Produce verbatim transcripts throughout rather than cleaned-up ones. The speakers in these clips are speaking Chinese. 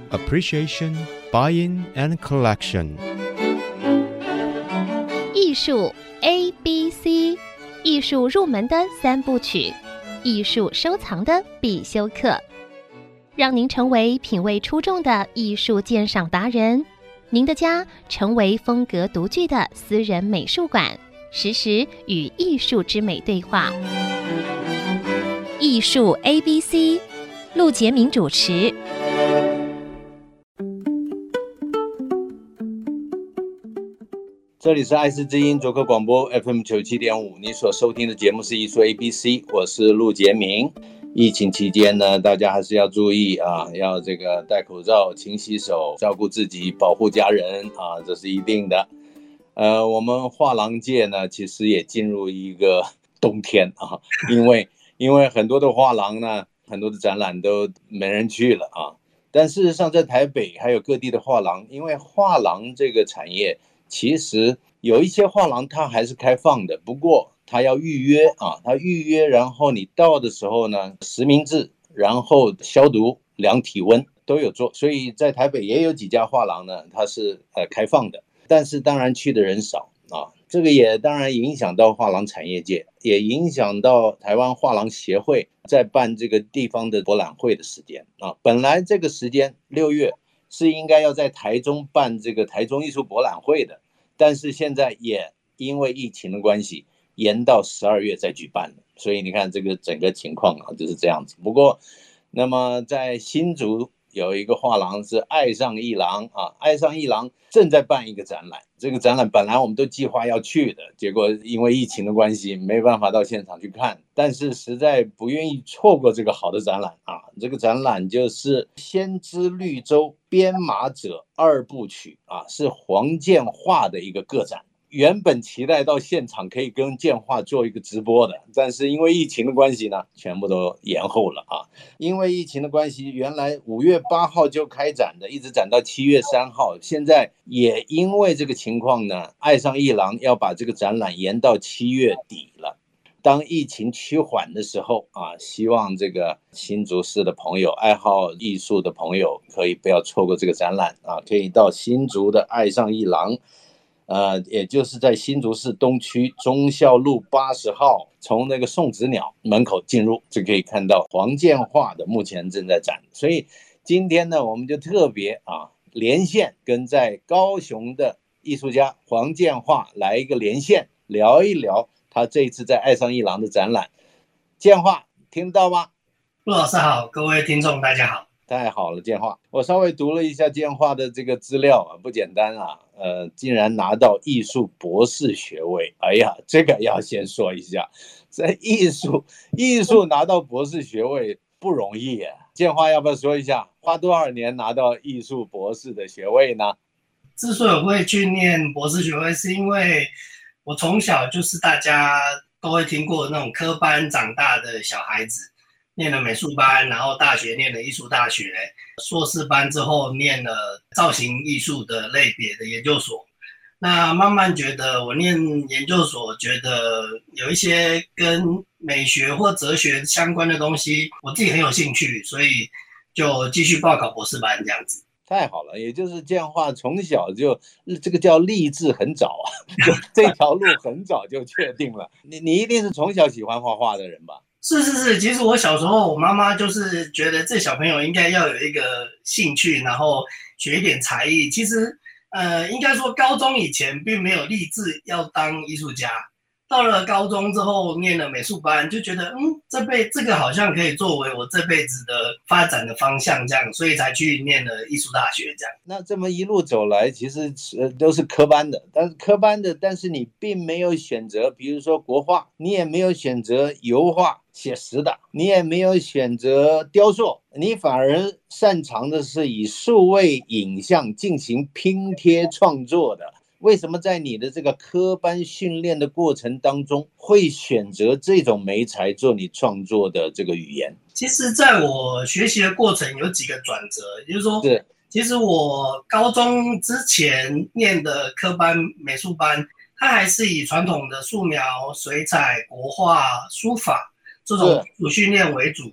appreciation, buying, and collection. 艺术 A B C， 艺术入门的三部曲，艺术收藏的必修课，让您成为品味出众的艺术鉴赏达人，您的家成为风格独具的私人美术馆，时时与艺术之美对话。艺术 A B C， 陆杰明主持。 这里是爱思之音逐客广播 F M 九十七点五，你所收听的节目是艺术 A B C， 我是陆杰明。疫情期间呢，大家还是要注意啊，要这个戴口罩、勤洗手，照顾自己，保护家人啊，这是一定的。呃，我们画廊界呢，其实也进入一个冬天啊，因为因为很多的画廊呢，很多的展览都没人去了啊。但事实上，在台北还有各地的画廊，因为画廊这个产业，其实有一些画廊它还是开放的，不过它要预约啊，它预约，然后你到的时候呢，实名制，然后消毒、量体温都有做，所以在台北也有几家画廊呢，它是呃开放的，但是当然去的人少啊，这个也当然影响到画廊产业界，也影响到台湾画廊协会在办这个地方的博览会的时间啊。本来这个时间六月是应该要在台中办这个台中艺术博览会的，但是现在也因为疫情的关系延到十二月再举办了，所以你看这个整个情况啊就是这样子。不过那么在新竹有一个画廊是爱上艺廊啊，爱上艺廊正在办一个展览，这个展览本来我们都计划要去的，结果因为疫情的关系没办法到现场去看，但是实在不愿意错过这个好的展览啊。这个展览就是先知绿洲编码者二部曲啊，是黄建化的一个个展。原本期待到现场可以跟建化做一个直播的，但是因为疫情的关系呢，全部都延后了啊。因为疫情的关系，原来五月八号就开展的，一直展到七月三号，现在也因为这个情况呢，爱上艺廊要把这个展览延到七月底了。当疫情趋缓的时候啊，希望这个新竹市的朋友、爱好艺术的朋友可以不要错过这个展览啊，可以到新竹的爱上艺廊。呃，也就是在新竹市东区忠孝路八十号，从那个送子鸟门口进入，就可以看到黄建化的目前正在展。所以今天呢，我们就特别啊连线跟在高雄的艺术家黄建化来一个连线，聊一聊他这一次在爱上艺廊的展览。建化，听到吗？ 陆老师好，各位听众大家好。 太好了，建化，我稍微读了一下建化的这个资料啊，不简单啊，呃，竟然拿到艺术博士学位，哎呀，这个要先说一下，在艺术艺术拿到博士学位不容易耶。建化要不要说一下，花多少年拿到艺术博士的学位呢？ 之所以我会去念博士学位，是因为我从小就是大家都会听过那种科班长大的小孩子。念了美术班，然后大学念了艺术大学，硕士班之后念了造型艺术的类别的研究所。那慢慢觉得我念研究所，觉得有一些跟美学或哲学相关的东西，我自己很有兴趣，所以就继续报考博士班这样子。 太好了，也就是建化从小就这个叫立志很早啊，这条路很早就确定了。你你一定是从小喜欢画画的人吧？ 是是是，其实我小时候，我妈妈就是觉得这小朋友应该要有一个兴趣，然后学一点才艺。其实，呃，应该说高中以前并没有立志要当艺术家。到了高中之后，念了美术班，就觉得嗯，这辈这个好像可以作为我这辈子的发展的方向，这样，所以才去念了艺术大学这样。 那这么一路走来，其实呃都是科班的，但是科班的，但是你并没有选择，比如说国画，你也没有选择油画。写实的，你也没有选择雕塑，你反而擅长的是以数位影像进行拼贴创作的。为什么在你的这个科班训练的过程当中，会选择这种媒材做你创作的这个语言？ 其实在我学习的过程有几个转折，也就是说，是其实我高中之前念的科班美术班，它还是以传统的素描、水彩、国画、书法这种基础训练为主，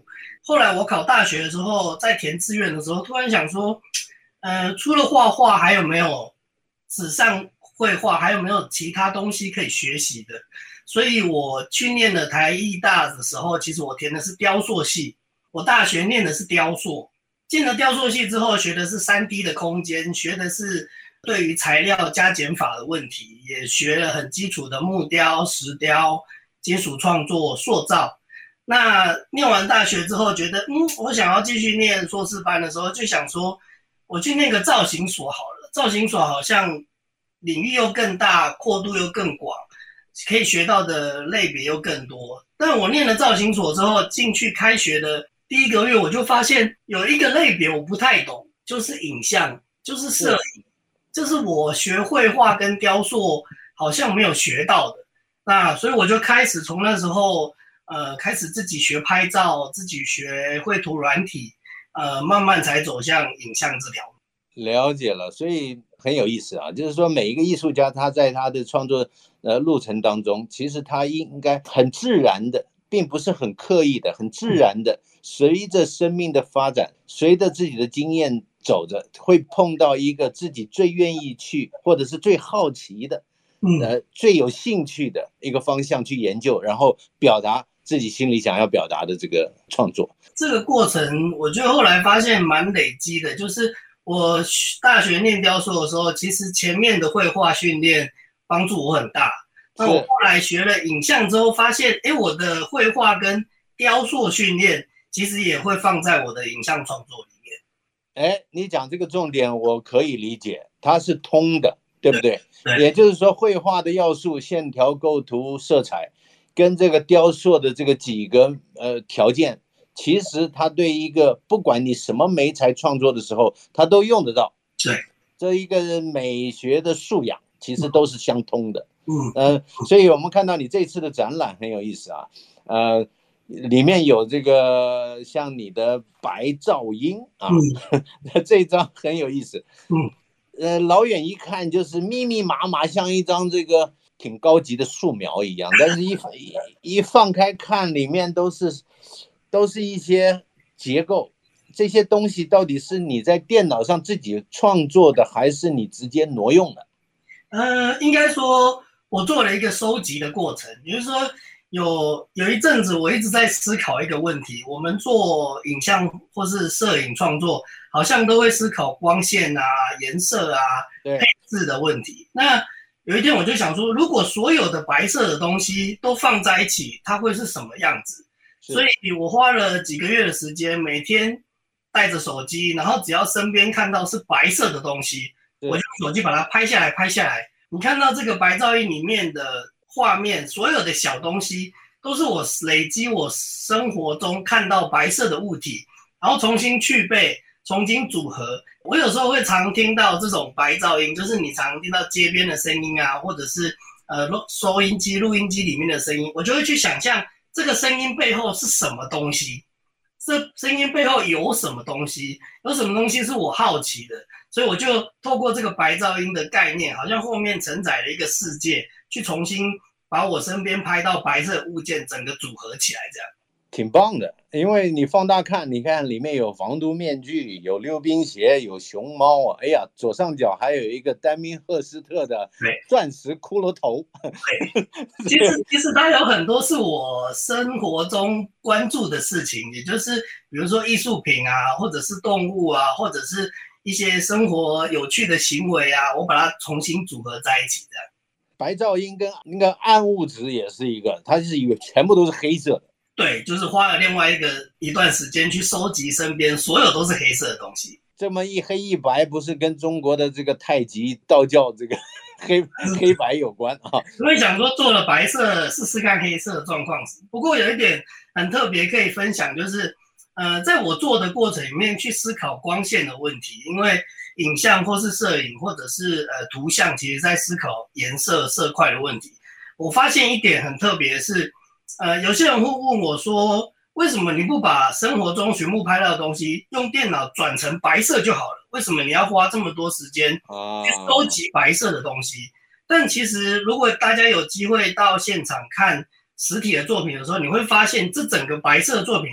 后来我考大学的时候，在填志愿的时候，突然想说，呃，除了画画，还有没有纸上绘画，还有没有其他东西可以学习的？所以我去念了台艺大的时候，其实我填的是雕塑系。我大学念的是雕塑，进了雕塑系之后，学的是 三 D 的空间，学的是对于材料加减法的问题，也学了很基础的木雕、石雕、金属创作、塑造。那念完大学之后，觉得嗯，我想要继续念硕士班的时候，就想说，我去念个造型所好了。造型所好像领域又更大，阔度又更广，可以学到的类别又更多。但我念了造型所之后，进去开学的第一个月，我就发现有一个类别我不太懂，就是影像，就是摄影，这是我学绘画跟雕塑好像没有学到的。那所以我就开始从那时候。呃，开始自己学拍照，自己学绘图软体，呃，慢慢才走向影像这条路。 了解了，所以很有意思啊，就是说每一个艺术家他在他的创作呃路程当中，其实他应该很自然的，并不是很刻意的，很自然的，随着生命的发展，随着自己的经验走着，会碰到一个自己最愿意去，或者是最好奇的，呃，最有兴趣的一个方向去研究，然后表达自己心里想要表达的这个创作。 这个过程我觉得后来发现蛮累积的，就是我大学念雕塑的时候，其实前面的绘画训练帮助我很大。那我后来学了影像之后发现，哎，我的绘画跟雕塑训练其实也会放在我的影像创作里面。哎，你讲这个重点我可以理解，它是通的，对不对？ 对， 也就是说绘画的要素，线条、构图、色彩，跟这个雕塑的这个几个呃条件，其实它对一个不管你什么媒材创作的时候，它都用得到。 对， 这一个美学的素养其实都是相通的。 嗯呃，所以我们看到你这次的展览很有意思啊，呃，里面有这个像你的白噪音啊，嗯、这一张很有意思。 嗯， 呃，老远一看就是密密麻麻，像一张这个。挺高级的素描一样，但是一一放开看，里面都是都是一些结构，这些东西到底是你在电脑上自己创作的，还是你直接挪用的？ 呃，应该说我做了一个收集的过程，也就是说有有一阵子我一直在思考一个问题，我们做影像或是摄影创作，好像都会思考光线啊、颜色啊、配置的问题。那有一天我就想说，如果所有的白色的东西都放在一起，它会是什么样子？所以我花了几个月的时间，每天带着手机，然后只要身边看到是白色的东西，我就用手机把它拍下来，拍下来。你看到这个白噪音里面的画面，所有的小东西都是我累积我生活中看到白色的物体，然后重新去背。重新组合，我有时候会常听到这种白噪音，就是你常听到街边的声音啊，或者是呃收音机、录音机里面的声音，我就会去想象这个声音背后是什么东西，这声音背后有什么东西，有什么东西是我好奇的，所以我就透过这个白噪音的概念，好像后面承载了一个世界，去重新把我身边拍到白色物件整个组合起来，这样。 挺棒的，因为你放大看，你看里面有防毒面具，有溜冰鞋，有熊猫啊，哎呀，左上角还有一个丹明赫斯特的钻石骷髅头。 其实其实它有很多是我生活中关注的事情，也就是比如说艺术品啊，或者是动物啊，或者是一些生活有趣的行为啊，我把它重新组合在一起这样。 白噪音跟那个暗物质也是一个，它是一个全部都是黑色的。 对，就是花了另外一个一段时间去收集身边所有都是黑色的东西。 这么一黑一白，不是跟中国的这个太极道教这个黑黑白有关啊？ 所以想说做了白色，试试看黑色的状况。不过有一点很特别可以分享，就是呃，在我做的过程里面去思考光线的问题，因为影像或是摄影或者是呃图像，其实在思考颜色色块的问题。我发现一点很特别是。呃，有些人会问我说，为什么你不把生活中寻木拍到的东西用电脑转成白色就好了？为什么你要花这么多时间去收集白色的东西？但其实，如果大家有机会到现场看实体的作品的时候，你会发现这整个白色的作品里面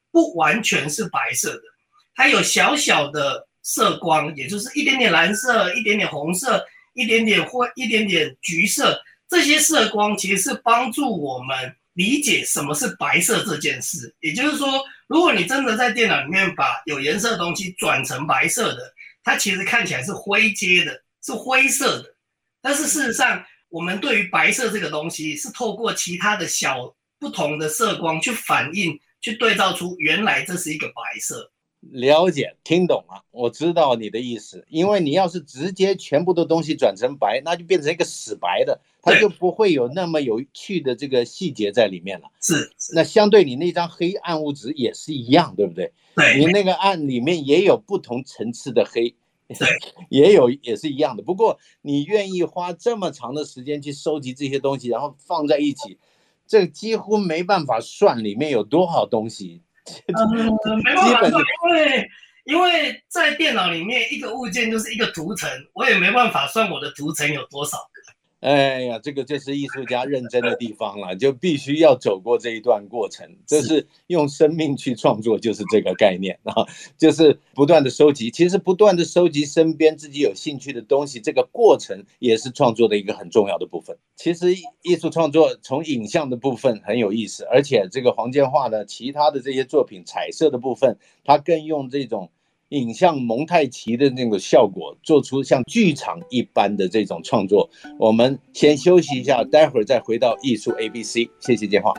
不完全是白色的，它有小小的色光，也就是一点点蓝色，一点点红色，一点点灰，一点点橘色。这些色光其实是帮助我们理解什么是白色这件事。也就是说，如果你真的在电脑里面把有颜色的东西转成白色的，它其实看起来是灰阶的，是灰色的。但是事实上，我们对于白色这个东西是透过其他的小不同的色光去反映，去对照出原来这是一个白色。 了解，听懂了，我知道你的意思。因为你要是直接全部的东西转成白，那就变成一个死白的，它就不会有那么有趣的这个细节在里面了。 是， 那相对你那张黑暗物质也是一样，对不对？ 对， 你那个暗里面也有不同层次的黑，也有也是一样的。不过你愿意花这么长的时间去收集这些东西，然后放在一起，这几乎没办法算里面有多少东西。 嗯，没办法算，因为因为在电脑里面一个物件就是一个图层，我也没办法算我的图层有多少个。 哎呀，这个就是艺术家认真的地方了，就必须要走过这一段过程。这是用生命去创作，就是这个概念啊，就是不断的收集。其实不断的收集身边自己有兴趣的东西，这个过程也是创作的一个很重要的部分。其实艺术创作从影像的部分很有意思，而且这个黄建华呢，其他的这些作品彩色的部分，他更用这种影像蒙太奇的那个效果，做出像剧场一般的这种创作。我们先休息一下，待会儿再回到艺术 A B C。 谢谢建华。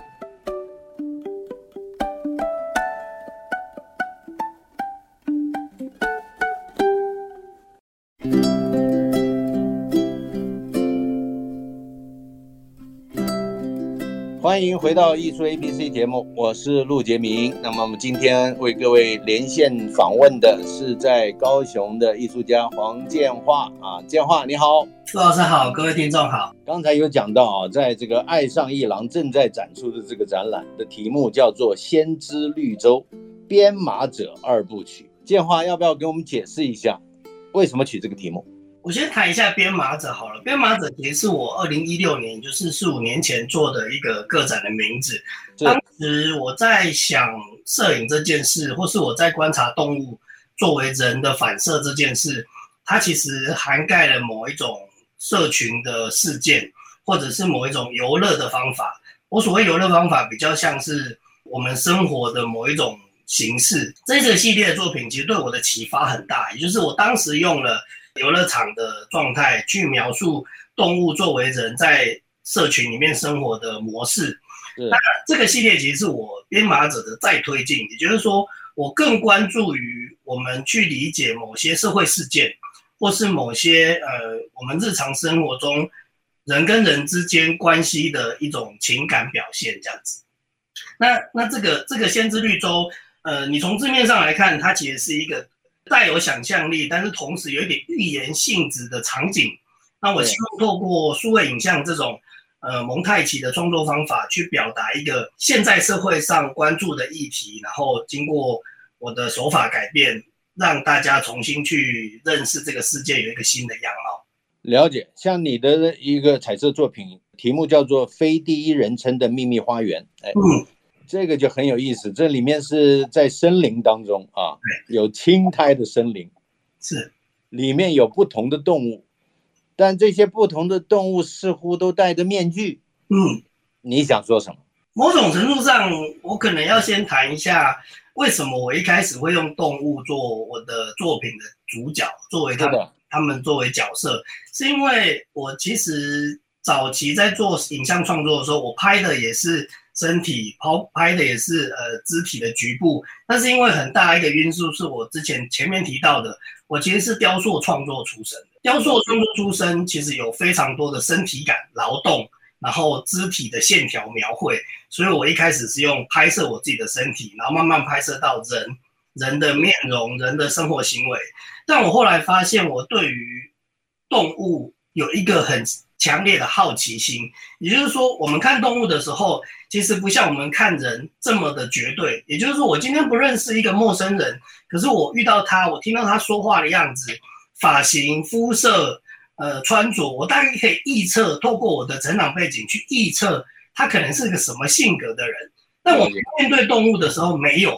欢迎回到艺术 A B C 节目，我是陆杰明。那么我们今天为各位连线访问的是在高雄的艺术家黄建华啊，建华你好。 陆老师好，各位听众好。 刚才有讲到啊，在这个爱上一郎正在展出的这个展览的题目叫做《先知绿洲编码者二部曲》，建华要不要给我们解释一下为什么取这个题目？ 我先谈一下编码者好了。编码者其实是我二零一六年，就是四五年前做的一个个展的名字。当时我在想摄影这件事，或是我在观察动物作为人的反射这件事，它其实涵盖了某一种社群的事件，或者是某一种游乐的方法。我所谓游乐方法，比较像是我们生活的某一种形式。这个系列的作品其实对我的启发很大，也就是我当时用了游乐场的状态去描述动物作为人在社群里面生活的模式。那这个系列其实是我编码者的再推进，也就是说我更关注于我们去理解某些社会事件，或是某些呃我们日常生活中人跟人之间关系的一种情感表现这样子。那那这个这个先知绿洲，呃，你从字面上来看，它其实是一个带有想象力，但是同时有一点寓言性质的场景。那我希望透过数位影像这种呃蒙太奇的创作方法，去表达一个现在社会上关注的议题，然后经过我的手法改变，让大家重新去认识这个世界有一个新的样貌。 了解，像你的一个彩色作品，题目叫做《非第一人称的秘密花园》。哎，嗯。这个就很有意思，这里面是在森林当中啊，有青苔的森林， 是里面有不同的动物，但这些不同的动物似乎都戴着面具。 嗯， 你想说什么？ 某种程度上，我可能要先谈一下为什么我一开始会用动物做我的作品的主角，作为他们他们作为角色，是因为我其实早期在做影像创作的时候，我拍的也是身体，拍的也是呃肢体的局部，但是因为很大一个因素是我之前前面提到的，我其实是雕塑创作出身的。雕塑创作出身其实有非常多的身体感、劳动，然后肢体的线条描绘，所以我一开始是用拍摄我自己的身体，然后慢慢拍摄到人人的面容、人的生活行为。但我后来发现，我对于动物有一个很强烈的好奇心，也就是说，我们看动物的时候，其实不像我们看人这么的绝对。也就是说，我今天不认识一个陌生人，可是我遇到他，我听到他说话的样子、发型、肤色、呃穿着，我大概可以预测，透过我的成长背景去预测他可能是个什么性格的人。但我面对动物的时候没有，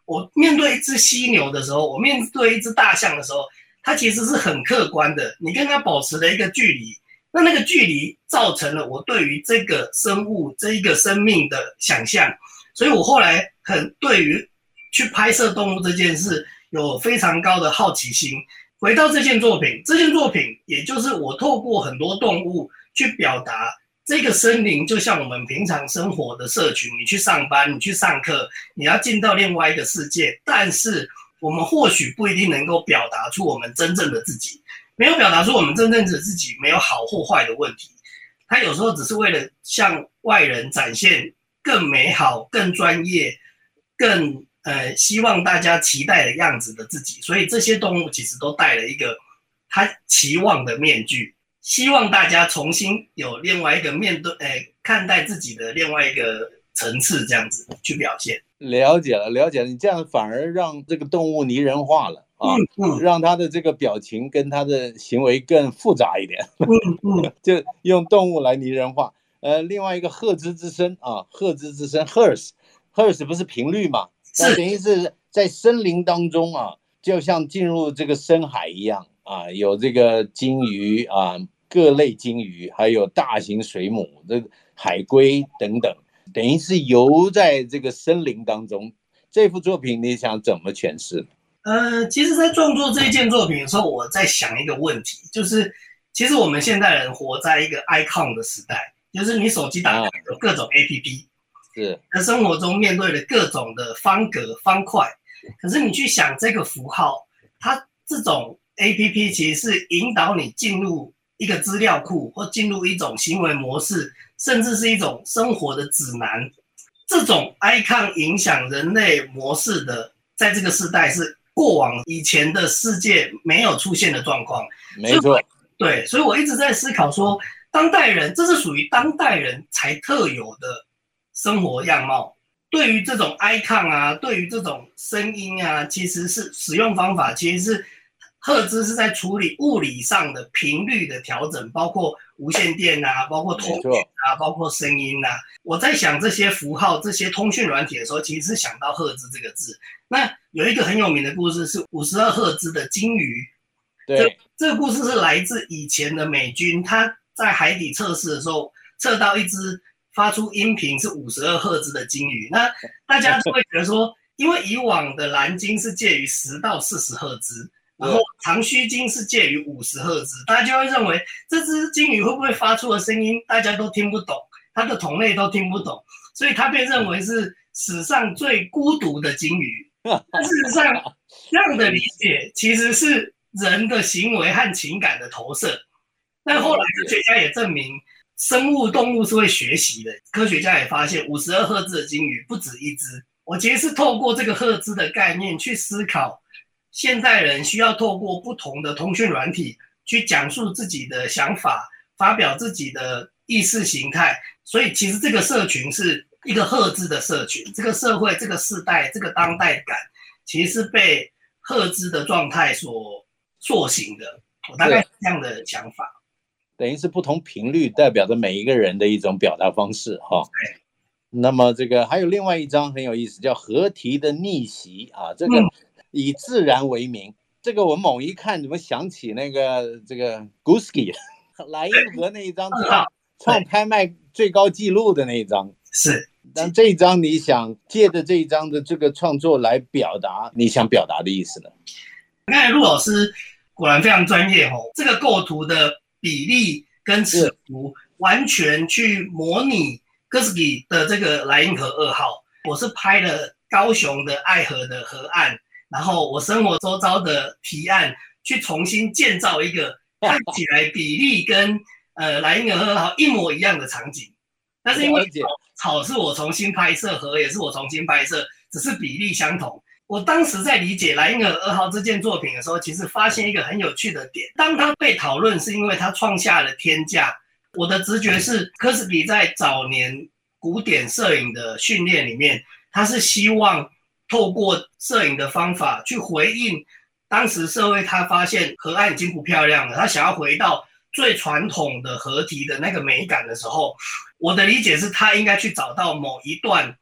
我面对一只犀牛的时候，我面对一只大象的时候，它其实是很客观的，你跟它保持了一个距离，那那个距离造成了我对于这个生物这一个生命的想象，所以我后来很对于去拍摄动物这件事有非常高的好奇心。回到这件作品，这件作品也就是我透过很多动物去表达这个森林就像我们平常生活的社群，你去上班，你去上课，你要进到另外一个世界，但是我们或许不一定能够表达出我们真正的自己，没有表达出我们真正的自己，没有好或坏的问题，它有时候只是为了向外人展现更美好、更专业、更呃希望大家期待的样子的自己，所以这些动物其实都戴了一个他期望的面具。希望大家重新有另外一个面对，诶，看待自己的另外一个层次，这样子去表现。 了解了，了解了，你这样反而让这个动物拟人化了啊，嗯嗯、让它的这个表情跟它的行为更复杂一点，嗯嗯、就用动物来拟人化。呃，另外一个赫兹之声啊，赫兹之声 ，Hertz，Hertz 不是频率嘛？是，等于是在森林当中啊，就像进入这个深海一样啊，有这个鲸鱼啊。各类鲸鱼，还有大型水母、这个海龟等等，等于是游在这个森林当中。这幅作品你想怎么诠释？ 呃，其实，在创作这一件作品的时候，我在想一个问题，就是其实我们现代人活在一个 icon 的时代，就是你手机打开有各种 A P P， 是在生活中面对了各种的方格、方块，可是你去想这个符号，它这种 A P P 其实是引导你进入一个资料库，或进入一种行为模式，甚至是一种生活的指南。这种 icon 影响人类模式的，在这个时代是过往以前的世界没有出现的状况。 没错， 对，所以我一直在思考说，当代人，这是属于当代人才特有的生活样貌。对于这种 icon 啊，对于这种声音啊，其实是使用方法，其实是赫兹是在处理物理上的频率的调整，包括无线电啊，包括通讯啊，包括声音啊。我在想这些符号、这些通讯软体的时候，其实是想到赫兹这个字。那有一个很有名的故事是五十二赫兹的鲸鱼。 对， 这这个故事是来自以前的美军，他在海底测试的时候，测到一只发出音频是五十二赫兹的鲸鱼。那大家就会觉得说，因为以往的蓝鲸是介于十到四十赫兹。然后长须鲸是介于五十赫兹，大家就会认为这只鲸鱼会不会发出的声音大家都听不懂，它的同类都听不懂，所以它被认为是史上最孤独的鲸鱼。但事实上，这样的理解其实是人的行为和情感的投射。但后来科学家也证明，生物动物是会学习的。科学家也发现，五十二赫兹的鲸鱼不止一只。我其实是透过这个赫兹的概念去思考。现代人需要透过不同的通讯软体去讲述自己的想法，发表自己的意识形态，所以其实这个社群是一个赫兹的社群，这个社会、这个世代、这个当代感，其实是被赫兹的状态所塑形的。我大概是这样的想法。 等于是不同频率代表着每一个人的一种表达方式哈。 对。 那么这个还有另外一张很有意思，叫合题的逆袭啊，这个。嗯以自然为名，这个我猛一看，怎么想起那个这个 Guski 莱茵河那一张创创拍卖最高纪录的那一张。 是， 但这一张你想借着这一张的这个创作来表达你想表达的意思呢？ 刚才陆老师果然非常专业哦，这个构图的比例跟尺幅完全去模拟 Guski 的这个莱茵河二号。我是拍了高雄的爱河的河岸。然后我生活周遭的提案去重新建造一个看起来比例跟呃莱茵河二号一模一样的场景，但是因为草是我重新拍摄，河也是我重新拍摄，只是比例相同。我当时在理解莱茵河二号这件作品的时候，其实发现一个很有趣的点，当它被讨论是因为它创下了天价。我的直觉是科斯比在早年古典摄影的训练里面，他是希望透过摄影的方法去回应当时社会，他发现河岸已经不漂亮了，他想要回到最传统的河堤的那个美感的时候，我的理解是他应该去找到某一段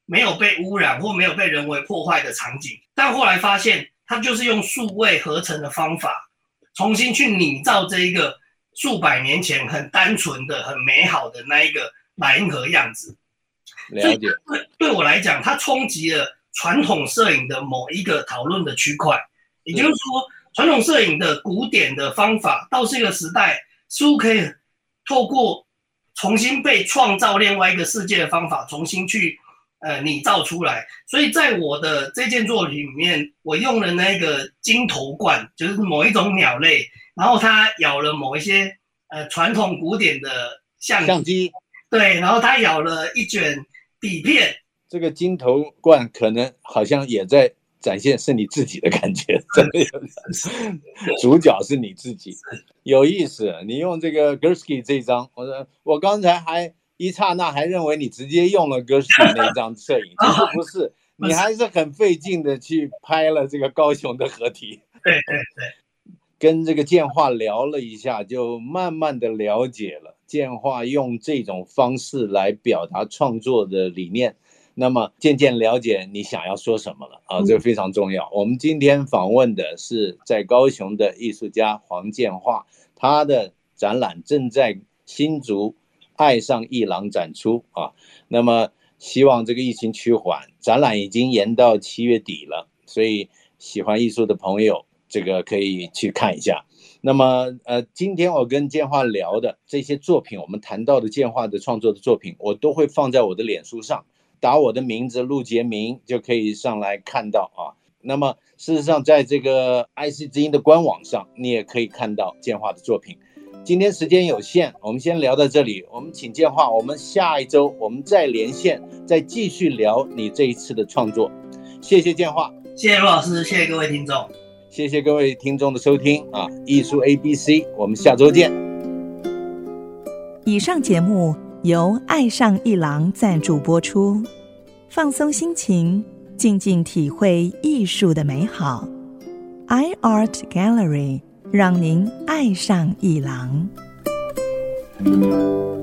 没有被污染或没有被人为破坏的场景。但后来发现，它就是用数位合成的方法，重新去拟造这一个数百年前很单纯的、很美好的那一个莱茵河样子。 了解。 对，对我来讲，它冲击了传统摄影的某一个讨论的区块。也就是说，传统摄影的古典的方法，到这个时代似乎可以透过重新被创造另外一个世界的方法，重新去呃拟造出来。所以在我的这件作品里面，我用了那个金头冠，就是某一种鸟类，然后它咬了某一些呃传统古典的相机， 相机对，然后它咬了一卷底片。 这个金头冠可能好像也在展现是你自己的感觉，真的有主角是你自己，有意思。你用这个 Gursky 这张，我说我刚才还一刹那还认为你直接用了 Gursky 那张摄影，其实不是，你还是很费劲的去拍了这个高雄的合体。 对对对， 跟这个建化聊了一下，就慢慢的了解了建化用这种方式来表达创作的理念。那么渐渐了解你想要说什么了啊，这个非常重要。我们今天访问的是在高雄的艺术家黄建化，他的展览正在新竹爱上艺廊展出啊。那么希望这个疫情趋缓，展览已经延到七月底了，所以喜欢艺术的朋友这个可以去看一下。那么呃，今天我跟建化聊的这些作品，我们谈到的建化的创作的作品，我都会放在我的脸书上。打我的名字陆杰明就可以上来看到啊。那么事实上在这个 I C 之音的官网上你也可以看到建化的作品。今天时间有限，我们先聊到这里，我们请建化，我们下一周我们再连线，再继续聊你这一次的创作。谢谢建化。 谢谢陆老师，谢谢各位听众， 谢谢各位听众的收听啊！艺术 A B C， 我们下周见。 以上节目由爱上艺廊赞助播出，放松心情，静静体会艺术的美好。iArt Gallery 让您爱上艺廊。